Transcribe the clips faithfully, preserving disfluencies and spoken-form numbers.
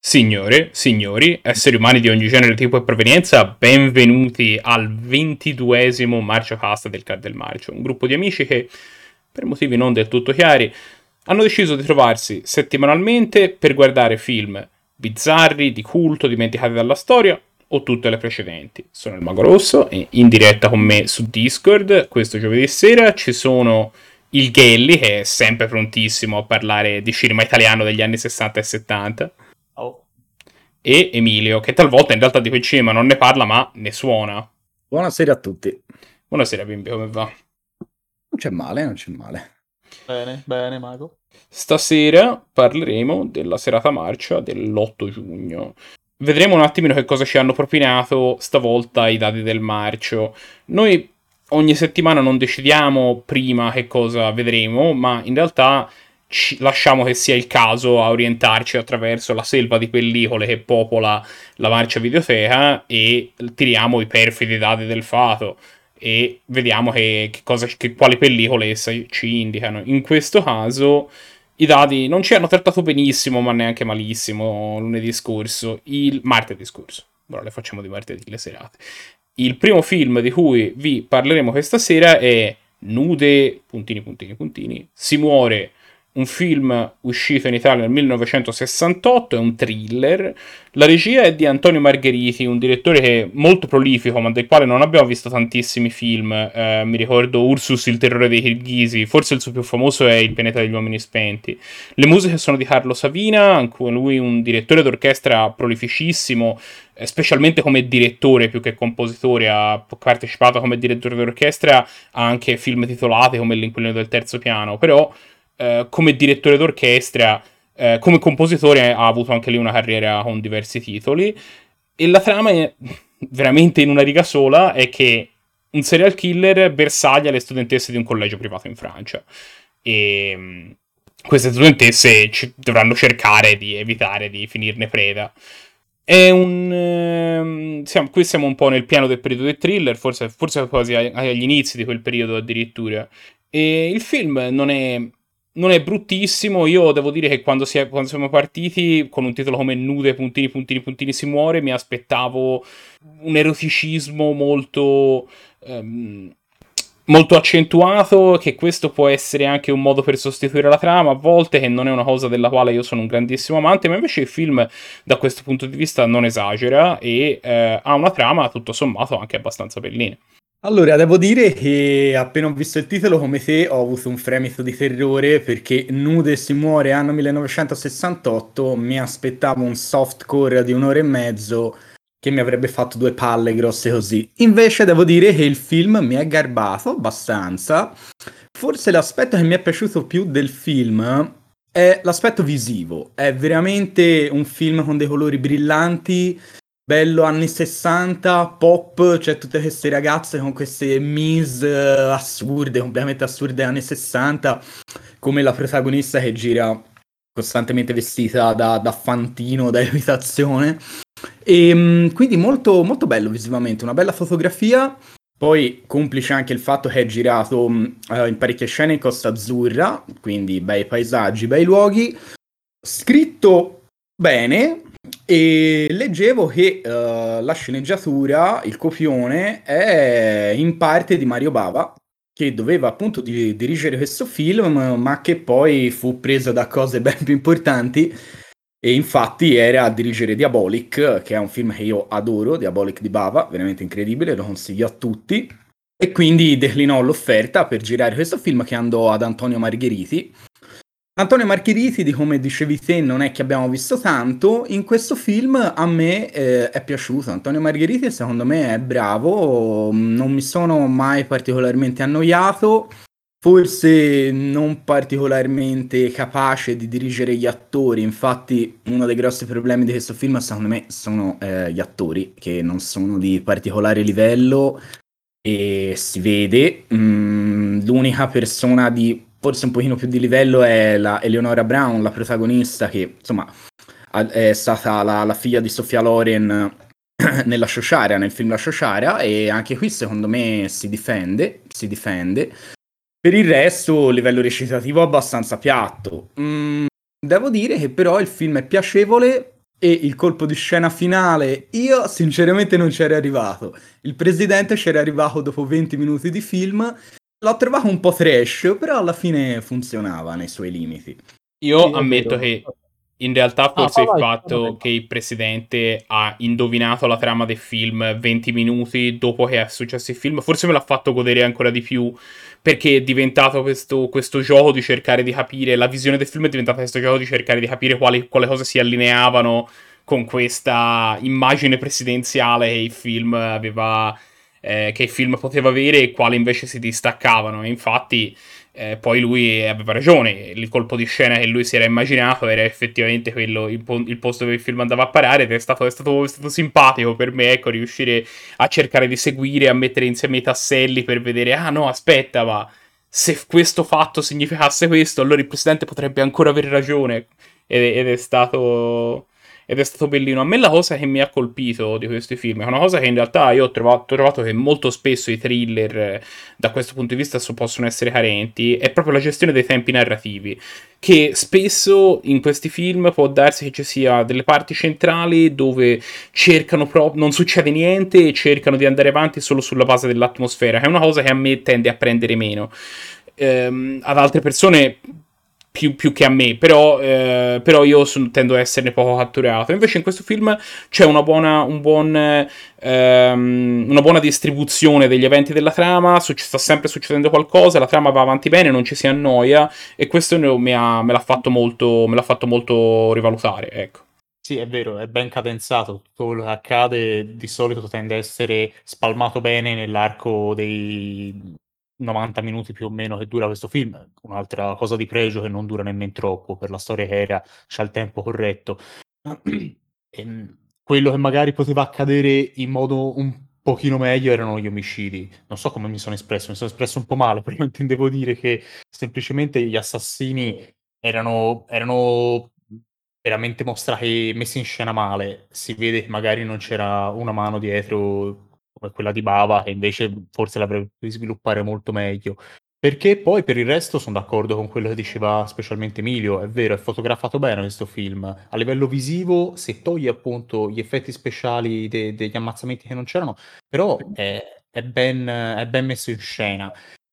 Signore, signori, esseri umani di ogni genere, tipo e provenienza, benvenuti al ventiduesimo MarcioCast del Car del Marcio, un gruppo di amici che, per motivi non del tutto chiari, hanno deciso di trovarsi settimanalmente per guardare film bizzarri, di culto, dimenticati dalla storia o tutte le precedenti. Sono il Mago Rosso e in diretta con me su Discord questo giovedì sera ci sono il Gelli, che è sempre prontissimo a parlare di cinema italiano degli anni sessanta e settanta. Oh. E Emilio, che talvolta in realtà di quel cinema non ne parla ma ne suona. Buonasera a tutti. Buonasera bimbi, come va? Non c'è male, non c'è male. Bene, bene Mago. Stasera parleremo della serata marcia dell'otto giugno. Vedremo un attimino che cosa ci hanno propinato stavolta i dati del marcio. Noi ogni settimana non decidiamo prima che cosa vedremo, ma in realtà ci lasciamo che sia il caso a orientarci attraverso la selva di pellicole che popola la marcia videoteca e tiriamo i perfidi dati del fato e vediamo che, che cosa, che, quali pellicole esse ci indicano. In questo caso i dati non ci hanno trattato benissimo, ma neanche malissimo lunedì scorso, il martedì scorso. Ora le facciamo di martedì le serate. Il primo film di cui vi parleremo questa sera è Nude, puntini, puntini, puntini, si muore, un film uscito in Italia nel millenovecentosessantotto, è un thriller. La regia è di Antonio Margheriti, un direttore che è molto prolifico, ma del quale non abbiamo visto tantissimi film. Eh, mi ricordo Ursus, il terrore dei Kirghisi, forse il suo più famoso è Il pianeta degli uomini spenti. Le musiche sono di Carlo Savina, anche lui un direttore d'orchestra prolificissimo, specialmente come direttore più che compositore. Ha partecipato come direttore d'orchestra a anche film titolati come L'inquilino del terzo piano, però Uh, come direttore d'orchestra, uh, come compositore ha avuto anche lì una carriera con diversi titoli, e la trama è veramente in una riga sola, è che un serial killer bersaglia le studentesse di un collegio privato in Francia e um, queste studentesse c- dovranno cercare di evitare di finirne preda. È un ehm, siamo, qui siamo un po' nel piano del periodo del thriller, forse, forse quasi agli inizi di quel periodo addirittura, e il film non è Non è bruttissimo. Io devo dire che quando, si è, quando siamo partiti con un titolo come Nude, puntini, puntini, puntini, si muore, mi aspettavo un eroticismo molto, ehm, molto accentuato, che questo può essere anche un modo per sostituire la trama a volte, che non è una cosa della quale io sono un grandissimo amante, ma invece il film da questo punto di vista non esagera e eh, ha una trama tutto sommato anche abbastanza bellina. Allora, devo dire che appena ho visto il titolo come te ho avuto un fremito di terrore, perché Nude si muore anno millenovecentosessantotto, mi aspettavo un softcore di un'ora e mezzo che mi avrebbe fatto due palle grosse così. Invece devo dire che il film mi è garbato abbastanza. Forse l'aspetto che mi è piaciuto più del film è l'aspetto visivo. È veramente un film con dei colori brillanti, bello anni sessanta, pop, cioè tutte queste ragazze con queste mise uh, assurde, completamente assurde anni sessanta, come la protagonista che gira costantemente vestita da, da fantino, da imitazione. E um, quindi molto, molto bello visivamente, una bella fotografia. Poi complice anche il fatto che è girato um, uh, in parecchie scene in Costa Azzurra, quindi bei paesaggi, bei luoghi. Scritto bene. E leggevo che uh, la sceneggiatura, il copione, è in parte di Mario Bava, che doveva appunto di- dirigere questo film, ma che poi fu preso da cose ben più importanti, e infatti era a dirigere Diabolic, che è un film che io adoro, Diabolic di Bava, veramente incredibile, lo consiglio a tutti, e quindi declinò l'offerta per girare questo film, che andò ad Antonio Margheriti. Antonio Margheriti, di come dicevi te, non è che abbiamo visto tanto. In questo film a me eh, è piaciuto. Antonio Margheriti secondo me è bravo, non mi sono mai particolarmente annoiato, forse non particolarmente capace di dirigere gli attori. Infatti uno dei grossi problemi di questo film secondo me sono eh, gli attori, che non sono di particolare livello e si vede. Mm, l'unica persona di forse un pochino più di livello è la Eleonora Brown, la protagonista, che insomma è stata la, la figlia di Sofia Loren nella Sciosciaria, nel film La Sciosciaria, e anche qui secondo me si difende, si difende. Per il resto, livello recitativo abbastanza piatto. Mm, devo dire che però il film è piacevole e il colpo di scena finale, io sinceramente non c'ero arrivato. Il presidente c'era arrivato dopo venti minuti di film, l'ho trovato un po' trash, però alla fine funzionava nei suoi limiti. Io Sì, è ammetto vero. che in realtà Ah, forse vai, il vai, fatto vai. che il presidente ha indovinato la trama del film venti minuti dopo che è successo il film, forse me l'ha fatto godere ancora di più, perché è diventato questo, questo gioco di cercare di capire, la visione del film è diventata questo gioco di cercare di capire quali, quale cose si allineavano con questa immagine presidenziale che il film aveva, eh, che il film poteva avere e quali invece si distaccavano. E infatti eh, poi lui aveva ragione, il colpo di scena che lui si era immaginato era effettivamente quello, il, po- il posto dove il film andava a parare, ed è stato, è stato, è stato simpatico per me, ecco, riuscire a cercare di seguire, a mettere insieme i tasselli per vedere, ah no, aspetta, ma se questo fatto significasse questo, allora il presidente potrebbe ancora avere ragione, ed, ed è stato... Ed è stato bellino. A me la cosa che mi ha colpito di questi film è una cosa che in realtà io ho trovato, ho trovato che molto spesso i thriller eh, da questo punto di vista so- possono essere carenti, è proprio la gestione dei tempi narrativi, che spesso in questi film può darsi che ci sia delle parti centrali dove cercano proprio, non succede niente e cercano di andare avanti solo sulla base dell'atmosfera, che è una cosa che a me tende a prendere meno. Ehm, ad altre persone più, più che a me, però, eh, però io son- tendo a esserne poco catturato. Invece in questo film c'è una buona, un buon, ehm, una buona distribuzione degli eventi della trama, succe- sta sempre succedendo qualcosa, la trama va avanti bene, non ci si annoia, e questo ne- mi ha- me l'ha fatto molto, me l'ha fatto molto rivalutare, ecco. Sì, è vero, è ben cadenzato. Tutto quello che accade di solito tende a essere spalmato bene nell'arco dei novanta minuti più o meno che dura questo film. Un'altra cosa di pregio che non dura nemmeno troppo per la storia che era, c'ha il tempo corretto. Ehm, quello che magari poteva accadere in modo un pochino meglio erano gli omicidi. Non so come mi sono espresso, mi sono espresso un po' male, però intendevo dire che semplicemente gli assassini erano, erano veramente mostrati, messi in scena male. Si vede che magari non c'era una mano dietro come quella di Bava, che invece forse l'avrebbe potuto sviluppare molto meglio. Perché poi per il resto sono d'accordo con quello che diceva specialmente Emilio, è vero, è fotografato bene questo film. A livello visivo, se togli appunto gli effetti speciali de- degli ammazzamenti che non c'erano, però è, è ben, è ben messo in scena.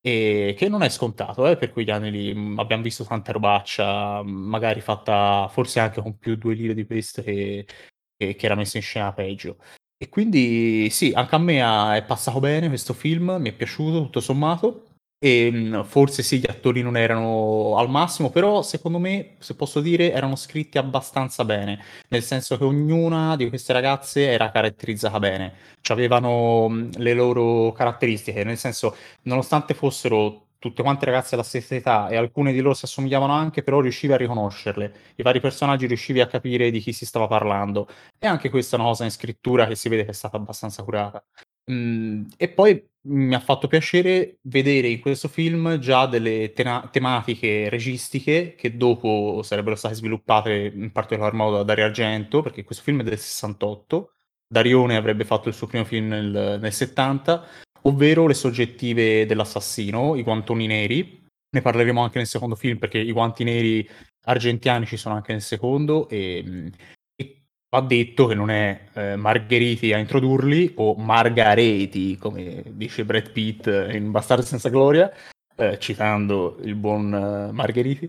E che non è scontato, eh, per quegli anni lì. Mm, Abbiamo visto tanta robaccia, mm, magari fatta forse anche con più due lire di queste che, che, che era messa in scena peggio. E quindi sì, anche a me ha- è passato bene questo film, mi è piaciuto tutto sommato. E mh, forse sì, gli attori non erano al massimo, però secondo me, se posso dire, erano scritti abbastanza bene, nel senso che ognuna di queste ragazze era caratterizzata bene, cioè avevano mh, le loro caratteristiche, nel senso, nonostante fossero tutte quante ragazze della stessa età e alcune di loro si assomigliavano anche, però riuscivi a riconoscerle, i vari personaggi riuscivi a capire di chi si stava parlando. E anche questa è una cosa in scrittura che si vede che è stata abbastanza curata. Mhmm, e poi mi ha fatto piacere vedere in questo film già delle tena tematiche registiche che dopo sarebbero state sviluppate in particolar modo da Dario Argento, perché questo film è del 'sessantotto. Darione avrebbe fatto il suo primo film nel nel 'settanta, ovvero Le soggettive dell'assassino, I guantoni neri. Ne parleremo anche nel secondo film, perché i guanti neri argentiani ci sono anche nel secondo, ehm, e va detto che non è eh, Margheriti a introdurli, o Margareti, come dice Brad Pitt in Bastardo senza gloria, eh, citando il buon eh, Margheriti,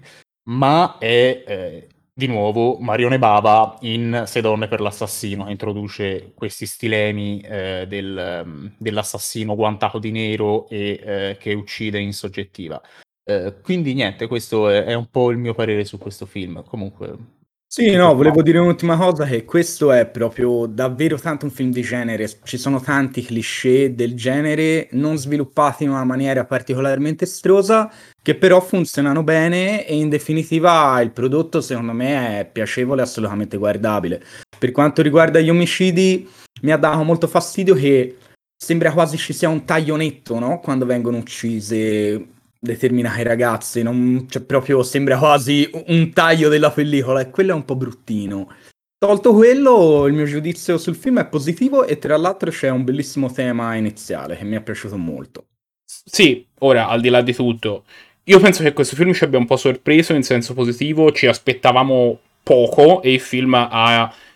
ma è eh, di nuovo Marione Bava in Sei donne per l'assassino, che introduce questi stilemi eh, del, um, dell'assassino guantato di nero e eh, che uccide in soggettiva. Eh, quindi niente, questo è, è un po' il mio parere su questo film. Comunque, Sì, tutto no, volevo sommato. dire un'ultima cosa, che questo è proprio davvero tanto un film di genere. Ci sono tanti cliché del genere, non sviluppati in una maniera particolarmente estrosa, che però funzionano bene, e in definitiva il prodotto secondo me è piacevole e assolutamente guardabile. Per quanto riguarda gli omicidi, mi ha dato molto fastidio che sembra quasi ci sia un taglio netto, no? Quando vengono uccise determinate ragazze, non, cioè proprio sembra quasi un taglio della pellicola, e quello è un po' bruttino. Tolto quello, il mio giudizio sul film è positivo, e tra l'altro c'è un bellissimo tema iniziale che mi è piaciuto molto. Sì, ora, al di là di tutto, io penso che questo film ci abbia un po' sorpreso in senso positivo, ci aspettavamo poco e il film ha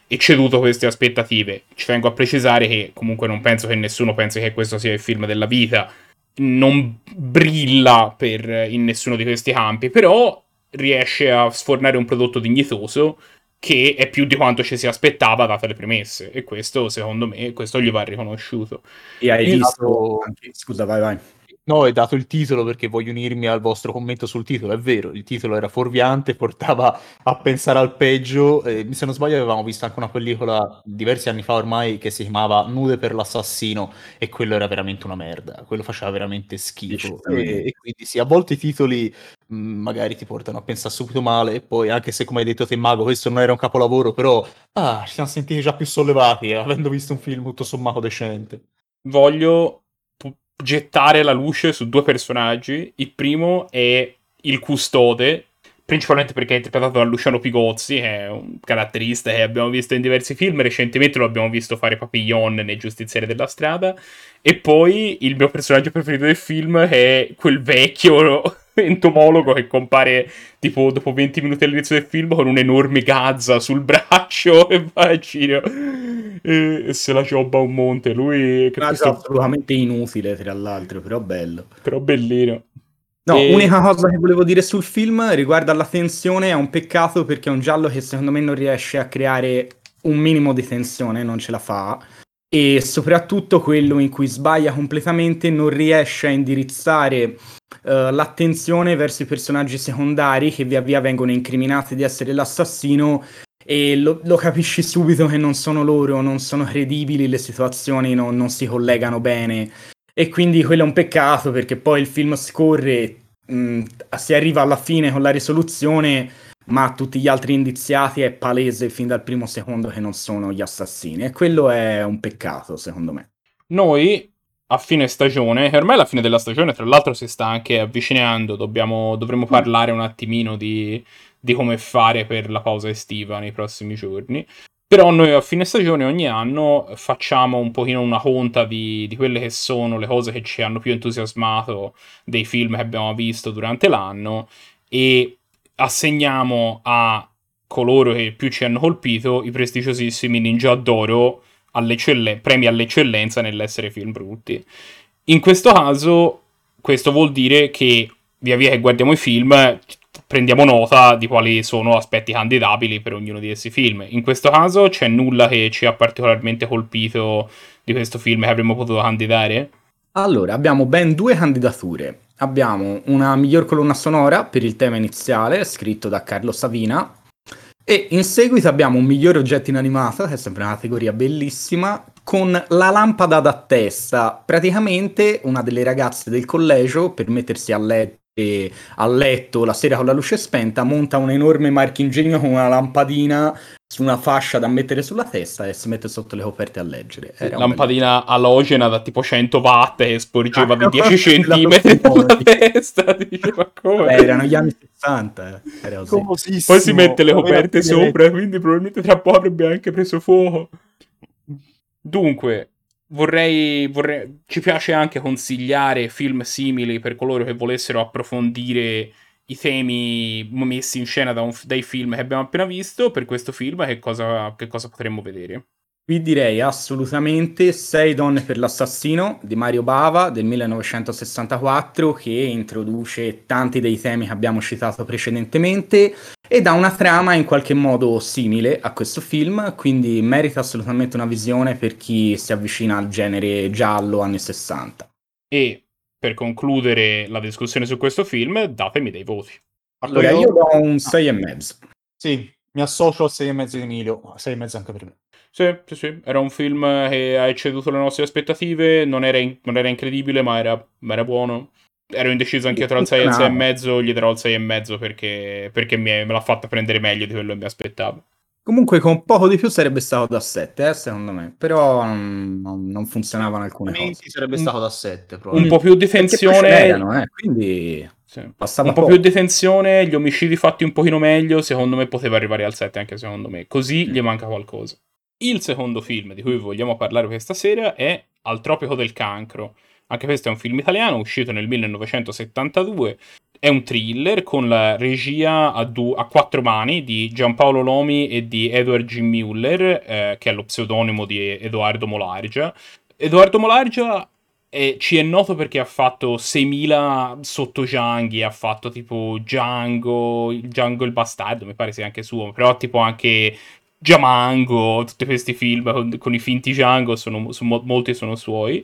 ecceduto queste aspettative. Ci tengo a precisare che comunque non penso che nessuno pensi che questo sia il film della vita, non brilla per, in nessuno di questi campi, però riesce a sfornare un prodotto dignitoso che è più di quanto ci si aspettava date le premesse, e questo secondo me questo gli va riconosciuto. E hai E visto dato- anche... Scusa, vai vai. No, è dato il titolo perché voglio unirmi al vostro commento sul titolo. È vero, il titolo era fuorviante, portava a pensare al peggio. Eh, se non sbaglio, avevamo visto anche una pellicola diversi anni fa ormai che si chiamava Nude per l'assassino, e quello era veramente una merda. Quello faceva veramente schifo. Decisamente. E, e quindi sì, a volte i titoli mh, magari ti portano a pensare subito male, e poi, anche se, come hai detto te, Mago, questo non era un capolavoro, però ah, ci siamo sentiti già più sollevati, eh, avendo visto un film tutto sommato decente. Voglio pu- gettare la luce su due personaggi. Il primo è il custode, principalmente perché è interpretato da Luciano Pigozzi, che è un caratterista che abbiamo visto in diversi film. Recentemente lo abbiamo visto fare Papillon nei Giustizieri della strada. E poi il mio personaggio preferito del film è quel vecchio entomologo che compare tipo dopo venti minuti all'inizio del film con un'enorme gazza sul braccio e va a giro e, e se la ciobba un monte. Lui che Una questo... cosa assolutamente inutile, tra l'altro, però bello. però bellino. No, E- unica cosa che volevo dire sul film riguardo alla tensione, è un peccato perché è un giallo che secondo me non riesce a creare un minimo di tensione, non ce la fa, e soprattutto quello in cui sbaglia completamente, non riesce a indirizzare eh, l'attenzione verso i personaggi secondari che via via vengono incriminati di essere l'assassino, e lo, lo capisci subito che non sono loro, non sono credibili, le situazioni non, non si collegano bene. E quindi quello è un peccato perché poi il film scorre, mh, si arriva alla fine con la risoluzione, ma tutti gli altri indiziati è palese fin dal primo secondo che non sono gli assassini, e quello è un peccato secondo me. Noi a fine stagione, che ormai la fine della stagione tra l'altro si sta anche avvicinando, dobbiamo, dovremo parlare un attimino di, di come fare per la pausa estiva nei prossimi giorni. Però noi a fine stagione ogni anno facciamo un pochino una conta di, di quelle che sono le cose che ci hanno più entusiasmato dei film che abbiamo visto durante l'anno, e assegniamo a coloro che più ci hanno colpito i prestigiosissimi Ninja d'Oro, premi all'eccellenza nell'essere film brutti. In questo caso, questo vuol dire che via via che guardiamo i film prendiamo nota di quali sono aspetti candidabili per ognuno di questi film. In questo caso c'è nulla che ci ha particolarmente colpito di questo film che avremmo potuto candidare? Allora, abbiamo ben due candidature. Abbiamo una miglior colonna sonora per il tema iniziale, scritto da Carlo Savina, e in seguito abbiamo un miglior oggetto inanimato, che è sempre una categoria bellissima, con La lampada da testa. Praticamente una delle ragazze del collegio, per mettersi a letto, a letto la sera con la luce spenta, monta un enorme marchingegno con una lampadina su una fascia da mettere sulla testa e si mette sotto le coperte a leggere. Era un Lampadina halogena da tipo cento watt che sporgeva di Ah, dieci centimetri dalla testa. Diceva come? Beh, erano gli anni sessanta. eh. Era così. Poi si mette le coperte sopra, quindi probabilmente tra poco avrebbe anche preso fuoco. Dunque, vorrei, vorrei... ci piace anche consigliare film simili per coloro che volessero approfondire i temi messi in scena da un- dai film che abbiamo appena visto. Per questo film che cosa, che cosa potremmo vedere? Qui direi assolutamente Sei donne per l'assassino di Mario Bava del millenovecentosessantaquattro, che introduce tanti dei temi che abbiamo citato precedentemente ed ha una trama in qualche modo simile a questo film, quindi merita assolutamente una visione per chi si avvicina al genere giallo anni sessanta. E per concludere la discussione su questo film, datemi dei voti. Allora io do un sei e mezzo. Sì, mi associo al sei e mezzo di Emilio, sei e mezzo anche per me. Sì, sì, sì, era un film che ha ecceduto le nostre aspettative, non era, in- non era incredibile, ma era, ma era buono. Ero indeciso anche io tra il sei e il sei e mezzo, gli darò il sei e mezzo perché, perché mi è- me l'ha fatta prendere meglio di quello che mi aspettavo. Comunque con poco di più sarebbe stato da sette, eh, secondo me, però mm, non, non funzionavano alcune cose. Sarebbe Un- stato da sette, Un probabilmente. po' più di Perché poi ce tensione, n'erano, eh, quindi sì. passava Un po' poco. più di tensione, gli omicidi fatti un pochino meglio, secondo me poteva arrivare al sette anche secondo me, così gli manca qualcosa. Il secondo film di cui vogliamo parlare questa sera è Al tropico del cancro. Anche questo è un film italiano uscito nel millenovecentosettantadue, è un thriller con la regia a, du- a quattro mani di Giampaolo Lomi e di Edward G. Muller, eh, che è lo pseudonimo di Edoardo Molargia. Edoardo Molargia è- ci è noto perché ha fatto seimila sottogianghi, ha fatto tipo Django, Django il bastardo, mi pare sia anche suo, però tipo anche Django, tutti questi film con, con i finti Django, sono, sono- molti sono suoi.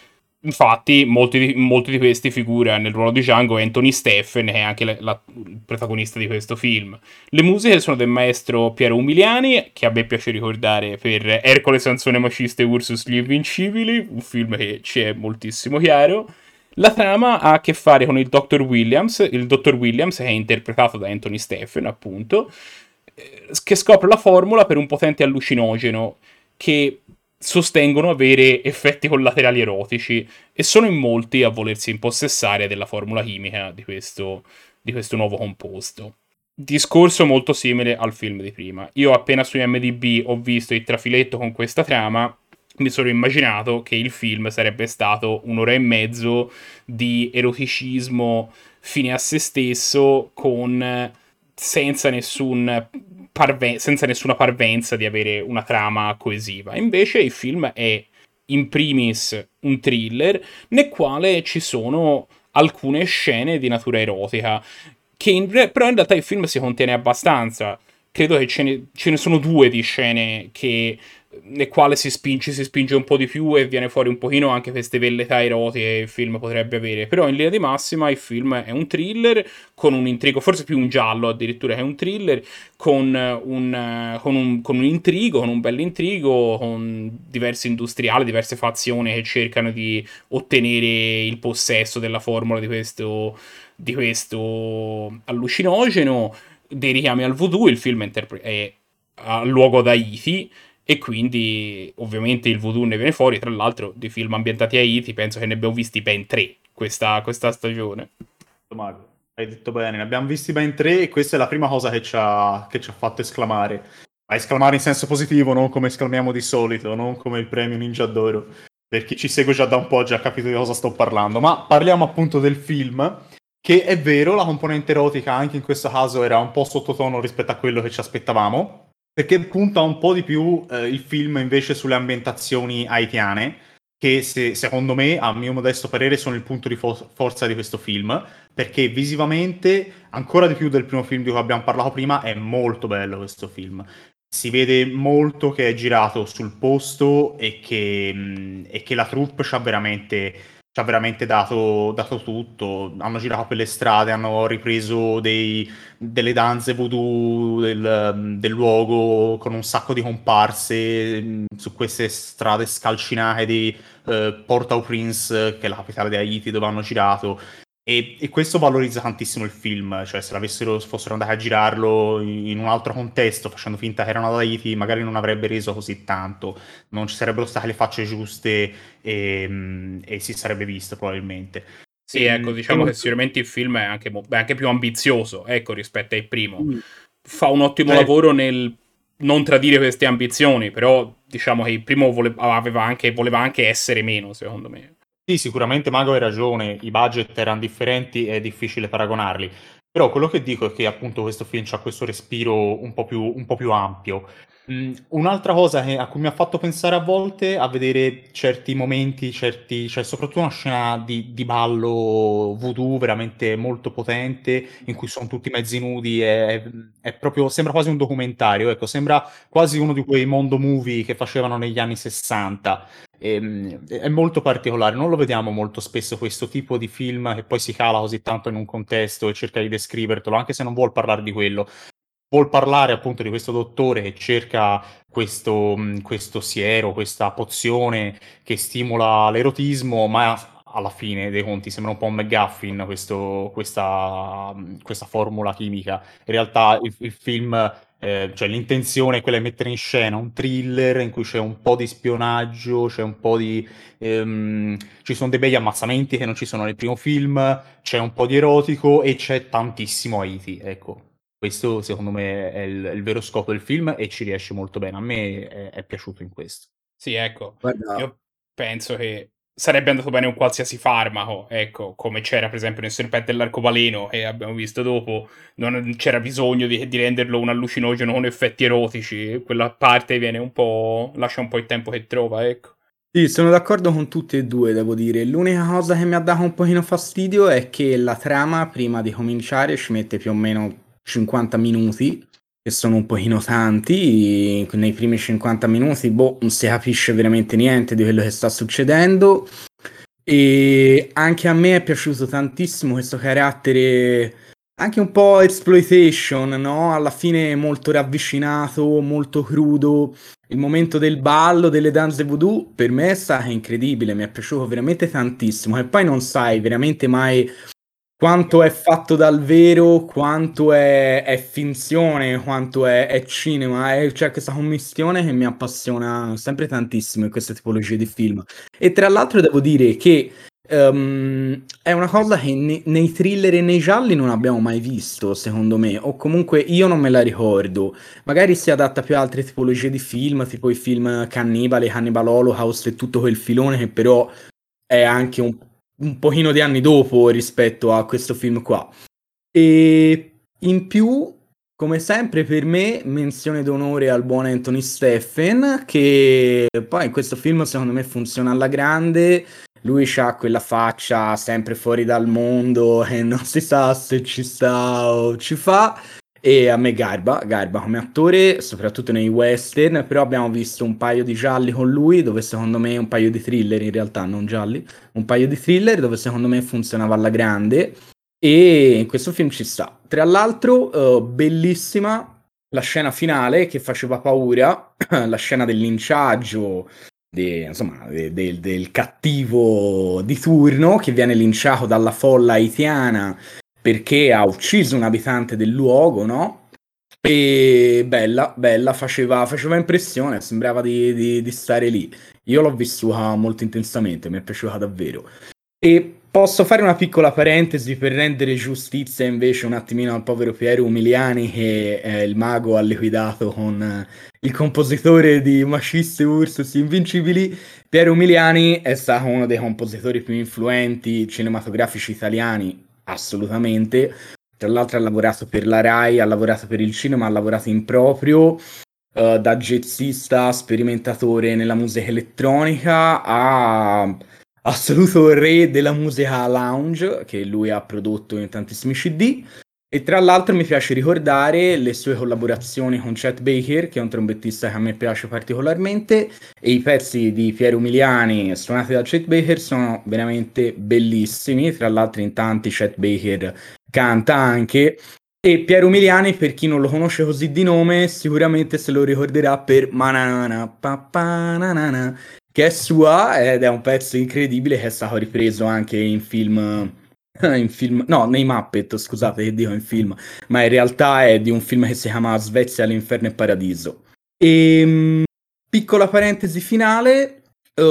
Infatti, molti di, molti di questi figura nel ruolo di Django Anthony Steffen, che è anche la- la- il protagonista di questo film. Le musiche sono del maestro Piero Umiliani, che a me piace ricordare per Ercole Sansone Maciste e Ursus gli Invincibili, un film che ci è moltissimo chiaro. La trama ha a che fare con il dottor Williams, il dottor Williams che è interpretato da Anthony Steffen, appunto, eh, che scopre la formula per un potente allucinogeno che sostengono avere effetti collaterali erotici e sono in molti a volersi impossessare della formula chimica di questo, di questo nuovo composto. Discorso molto simile al film di prima. Io appena su I M D B ho visto il trafiletto con questa trama, mi sono immaginato che il film sarebbe stato un'ora e mezzo di eroticismo fine a se stesso con senza nessun parve- senza nessuna parvenza di avere una trama coesiva. Invece il film è in primis un thriller nel quale ci sono alcune scene di natura erotica, che in re- però in realtà il film si contiene abbastanza. Credo che ce ne, ce ne sono due di scene che nel quale si spinge, si spinge un po' di più e viene fuori un pochino anche queste velletà erotiche che il film potrebbe avere. Però in linea di massima il film è un thriller con un intrigo, forse più un giallo addirittura che un thriller, con un, con un, con un intrigo, con un bell'intrigo, con diversi industriali, diverse fazioni che cercano di ottenere il possesso della formula di questo, di questo allucinogeno, dei richiami al voodoo. Il film è, interpre- è a luogo ad Haiti e quindi ovviamente il voodoo ne viene fuori. Tra l'altro di film ambientati a Haiti penso che ne abbiamo visti ben tre questa, questa stagione. Mago, hai detto bene, ne abbiamo visti ben tre e questa è la prima cosa che ci ha, che ci ha fatto esclamare. Ma esclamare in senso positivo, non come esclamiamo di solito, non come il premio Ninja d'Oro. Per chi ci segue già da un po' ha già capito di cosa sto parlando. Ma parliamo appunto del film, che è vero, la componente erotica anche in questo caso era un po' sottotono rispetto a quello che ci aspettavamo, perché punta un po' di più eh, il film invece sulle ambientazioni haitiane, che se, secondo me, a mio modesto parere, sono il punto di fo- forza di questo film, perché visivamente, ancora di più del primo film di cui abbiamo parlato prima, è molto bello questo film. Si vede molto che è girato sul posto e che, mh, e che la troupe ci ha veramente, ci ha veramente dato, dato tutto. Hanno girato per le strade, hanno ripreso dei, delle danze voodoo del, del luogo con un sacco di comparse mh, su queste strade scalcinate di eh, Port-au-Prince, che è la capitale di Haiti, dove hanno girato. E, e questo valorizza tantissimo il film, cioè se l'avessero, se fossero andati a girarlo in, in un altro contesto, facendo finta che erano ad Haiti, magari non avrebbe reso così tanto, non ci sarebbero state le facce giuste e, mm, e si sarebbe visto probabilmente. Sì, ecco, Ehm, E, diciamo in- che sicuramente il film è anche, mo- è anche più ambizioso, ecco, rispetto al primo. Fa un ottimo Cioè, lavoro nel non tradire queste ambizioni, però diciamo che il primo vole- aveva anche, voleva anche essere meno, secondo me. sì, sicuramente Mago hai ragione, i budget erano differenti, è difficile paragonarli. Però quello che dico è che appunto questo film ha questo respiro un po' più, un po' più ampio. Mm, un'altra cosa che- a cui mi ha fatto pensare a volte a vedere certi momenti, certi, cioè soprattutto una scena di, di ballo voodoo veramente molto potente, in cui sono tutti mezzi nudi, è, è proprio, sembra quasi un documentario, ecco, sembra quasi uno di quei mondo movie che facevano negli anni sessanta. Ehm, è molto particolare, non lo vediamo molto spesso questo tipo di film che poi si cala così tanto in un contesto e cerca di descrivertelo, anche se non vuol parlare di quello. Vuol parlare appunto di questo dottore che cerca questo, mh, questo siero, questa pozione che stimola l'erotismo, ma alla fine dei conti sembra un po' un McGuffin questo- questa, mh, questa formula chimica. In realtà il, il film, eh, cioè l'intenzione è quella di mettere in scena un thriller in cui c'è un po' di spionaggio, c'è un po' di... ehm, ci sono dei begli ammazzamenti che non ci sono nel primo film, c'è un po' di erotico e c'è tantissimo Haiti, ecco. Questo secondo me è il, il vero scopo del film e ci riesce molto bene. A me è, è piaciuto in questo. Sì, ecco, Guarda, io penso che sarebbe andato bene un qualsiasi farmaco, ecco, come c'era per esempio nel serpente dell'arcobaleno, e abbiamo visto dopo, non c'era bisogno di, di renderlo un allucinogeno con effetti erotici, quella parte viene un po', lascia un po' il tempo che trova, ecco. Sì, sono d'accordo con tutti e due, devo dire. L'unica cosa che mi ha dato un pochino fastidio è che la trama, prima di cominciare, ci mette più o meno cinquanta minuti, che sono un pochino tanti. Nei primi cinquanta minuti, boh, non si capisce veramente niente di quello che sta succedendo. E anche a me è piaciuto tantissimo questo carattere, anche un po' exploitation, no? Alla fine molto ravvicinato, molto crudo. Il momento del ballo, delle danze voodoo, per me è stato incredibile, mi è piaciuto veramente tantissimo. E poi non sai veramente mai quanto è fatto dal vero, quanto è, è finzione, quanto è, è cinema. È, c'è questa commistione che mi appassiona sempre tantissimo in queste tipologie di film. E tra l'altro devo dire che ehm, è una cosa che ne- nei thriller e nei gialli non abbiamo mai visto, secondo me, o comunque io non me la ricordo. Magari si adatta più a altre tipologie di film, tipo i film Cannibale, Cannibal Holocaust e tutto quel filone che però è anche un, un pochino di anni dopo rispetto a questo film qua. E in più, come sempre per me, menzione d'onore al buon Anthony Steffen, che poi in questo film secondo me funziona alla grande. Lui ha quella faccia sempre fuori dal mondo e non si sa se ci sta o ci fa. E a me garba, garba come attore, soprattutto nei western, però abbiamo visto un paio di gialli con lui, dove secondo me un paio di thriller in realtà, non gialli, un paio di thriller dove secondo me funzionava alla grande. E in questo film ci sta. Tra l'altro, eh, bellissima la scena finale che faceva paura, la scena del linciaggio, de- insomma, de- de- del cattivo di turno che viene linciato dalla folla haitiana perché ha ucciso un abitante del luogo, no? E bella, bella, faceva, faceva impressione, sembrava di, di- di stare lì. Io l'ho vissuta molto intensamente, mi è piaciuta davvero. E posso fare una piccola parentesi per rendere giustizia invece un attimino al povero Piero Umiliani che eh, il mago ha liquidato con eh, il compositore di Maciste Ursus Invincibili. Piero Umiliani è stato uno dei compositori più influenti cinematografici italiani, assolutamente. Tra l'altro ha lavorato per la Rai, ha lavorato per il cinema, ha lavorato in proprio, eh, da jazzista, sperimentatore nella musica elettronica, a assoluto re della musica lounge che lui ha prodotto in tantissimi C D. E tra l'altro mi piace ricordare le sue collaborazioni con Chet Baker, che è un trombettista che a me piace particolarmente, e i pezzi di Piero Umiliani suonati da Chet Baker sono veramente bellissimi. Tra l'altro in tanti Chet Baker canta anche. E Piero Umiliani, per chi non lo conosce così di nome, sicuramente se lo ricorderà per Manana, pa, pa, na, na, na, che è sua ed è un pezzo incredibile che è stato ripreso anche in film, in film, no, nei Muppet, scusate che dico in film, ma in realtà è di un film che si chiama Svezia, l'inferno e paradiso. E piccola parentesi finale,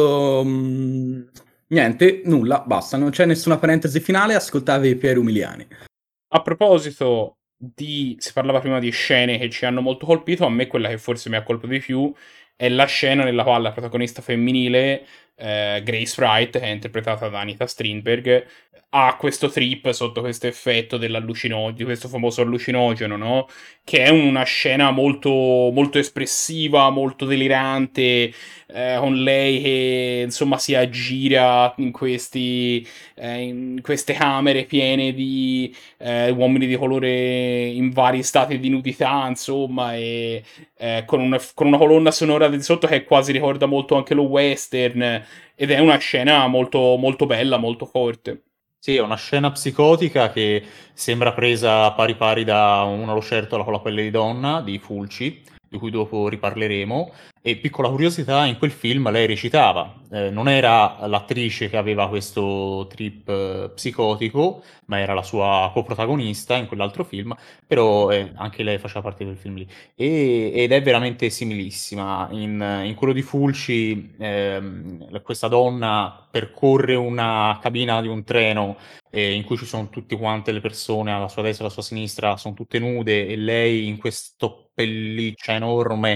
ehm, niente, nulla, basta, non c'è nessuna parentesi finale, ascoltatevi Piero Umiliani. A proposito di... si parlava prima di scene che ci hanno molto colpito, a me quella che forse mi ha colpito di più è la scena nella quale la protagonista femminile, eh, Grace Wright, che è interpretata da Anita Strindberg, ha questo trip sotto questo effetto dell'allucinogeno, di questo famoso allucinogeno, no? Che è una scena molto, molto espressiva, molto delirante, eh, con lei che insomma si aggira in questi, eh, in queste camere piene di eh, uomini di colore in vari stati di nudità, insomma, e eh, con, una, con una colonna sonora di sotto che quasi ricorda molto anche lo western, ed è una scena molto, molto bella, molto forte. Sì, è una scena psicotica che sembra presa a pari pari da Una lucertola con la pelle di donna di Fulci, di cui dopo riparleremo. E piccola curiosità, in quel film lei recitava, eh, non era l'attrice che aveva questo trip eh, psicotico, ma era la sua coprotagonista in quell'altro film, però eh, anche lei faceva parte del film lì. E- ed è veramente similissima. In, in quello di Fulci, ehm, questa donna percorre una cabina di un treno eh, in cui ci sono tutte quante le persone alla sua destra e alla sua sinistra, sono tutte nude, e lei in questo pelliccia enorme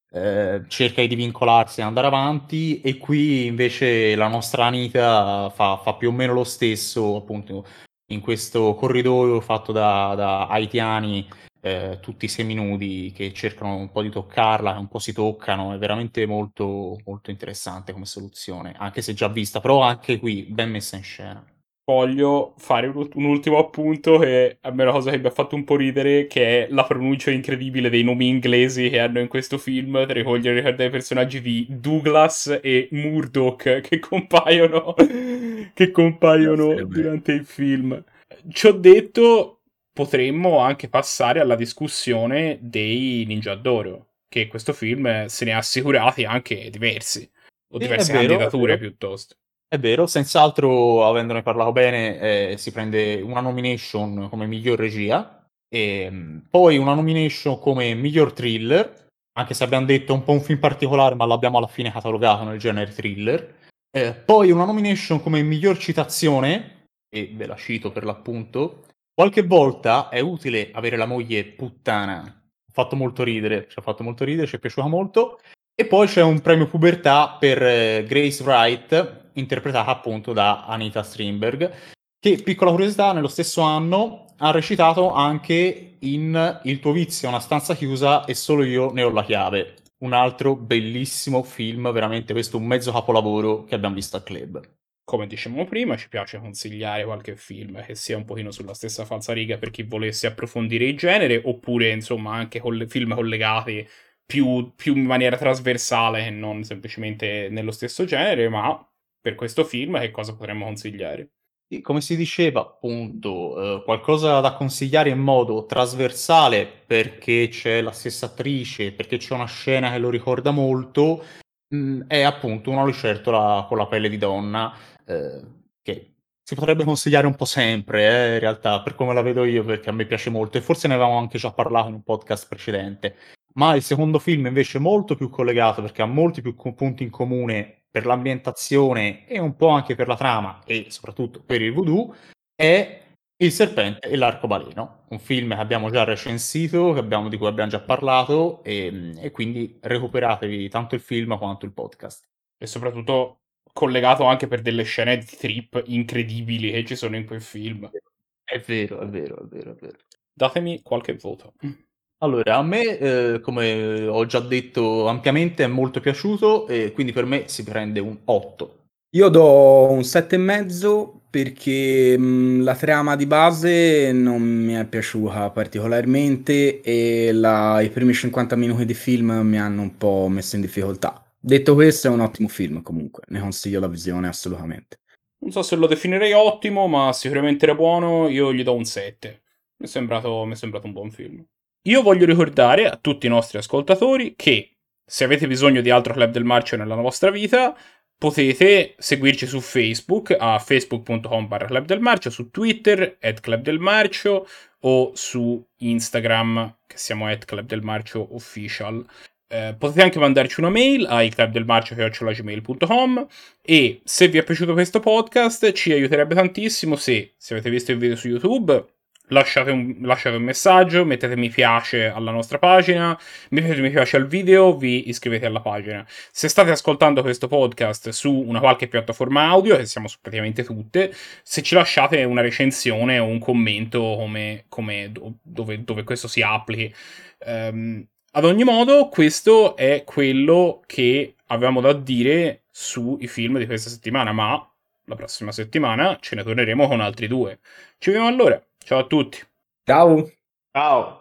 eh, cerca di vincolarsi e andare avanti, e qui invece la nostra Anita fa, fa più o meno lo stesso, appunto, in questo corridoio fatto da, da haitiani, eh, tutti seminudi, che cercano un po' di toccarla, un po' si toccano. È veramente molto, molto interessante come soluzione, anche se già vista, però anche qui ben messa in scena. Voglio fare un, un ultimo appunto, che a me è una cosa che mi ha fatto un po' ridere, che è la pronuncia incredibile dei nomi inglesi che hanno in questo film. Tra cui voglio ricordare i personaggi di Douglas e Murdoch che compaiono che compaiono durante il film. Ciò detto, potremmo anche passare alla discussione dei Ninja d'Oro, che questo film se ne ha assicurati anche diversi, o Sì, è diverse vero, è candidature vero. piuttosto. È vero, senz'altro, avendone parlato bene, eh, si prende una nomination come miglior regia, e mh, poi una nomination come miglior thriller, anche se abbiamo detto è un po' un film particolare, ma l'abbiamo alla fine catalogato nel genere thriller. Eh, poi una nomination come miglior citazione, e ve la cito per l'appunto: qualche volta è utile avere la moglie puttana. Ha fatto molto ridere, ci ha fatto molto ridere, ci è piaciuta molto. E poi c'è un premio pubertà per eh, Grace Wright, interpretata appunto da Anita Strindberg, che, piccola curiosità, nello stesso anno ha recitato anche in Il tuo vizio è una stanza chiusa e solo io ne ho la chiave. Un altro bellissimo film, veramente questo un mezzo capolavoro che abbiamo visto al club. Come dicevamo prima, ci piace consigliare qualche film che sia un pochino sulla stessa falsariga per chi volesse approfondire il genere, oppure insomma anche con film collegati più, più in maniera trasversale che non semplicemente nello stesso genere. Ma per questo film che cosa potremmo consigliare? Sì, come si diceva, appunto, eh, qualcosa da consigliare in modo trasversale perché c'è la stessa attrice, perché c'è una scena che lo ricorda molto, mh, è appunto Una lucertola con la pelle di donna, eh, che si potrebbe consigliare un po' sempre, eh, in realtà, per come la vedo io, perché a me piace molto, e forse ne avevamo anche già parlato in un podcast precedente. Ma il secondo film invece è molto più collegato, perché ha molti più co- punti in comune per l'ambientazione e un po' anche per la trama, e soprattutto per il voodoo, è Il serpente e l'arcobaleno, un film che abbiamo già recensito, che abbiamo, di cui abbiamo già parlato, e, e quindi recuperatevi tanto il film quanto il podcast. E soprattutto collegato anche per delle scene di trip incredibili che ci sono in quel film. È vero, è vero, è vero, è vero. Datemi qualche voto. Allora, a me, eh, come ho già detto ampiamente, è molto piaciuto, e quindi per me si prende un otto. Io do un sette e mezzo perché mh, la trama di base non mi è piaciuta particolarmente e la- i primi cinquanta minuti di film mi hanno un po' messo in difficoltà. Detto questo, è un ottimo film comunque, ne consiglio la visione assolutamente. Non so se lo definirei ottimo, ma sicuramente era buono. Io gli do un sette. Mi è sembrato, mi è sembrato un buon film. Io voglio ricordare a tutti i nostri ascoltatori che se avete bisogno di altro Club del Marcio nella vostra vita, potete seguirci su Facebook a facebook punto com barra Club del Marcio, su Twitter at Club del Marcio o su Instagram che siamo at Club del Marcio Official. Eh, potete anche mandarci una mail a iclubdelmarcio chiocciola gmail punto com. E se vi è piaciuto questo podcast ci aiuterebbe tantissimo se, se avete visto il video su YouTube, lasciate un, lasciate un messaggio, mettete mi piace alla nostra pagina, mettete mi piace al video, vi iscrivete alla pagina. Se state ascoltando questo podcast su una qualche piattaforma audio, che siamo su praticamente tutte, se ci lasciate una recensione o un commento come, come dove, dove questo si applichi. Um, ad ogni modo, questo è quello che avevamo da dire sui film di questa settimana, ma la prossima settimana ce ne torneremo con altri due. Ci vediamo allora. Ciao a tutti. Ciao! Ciao!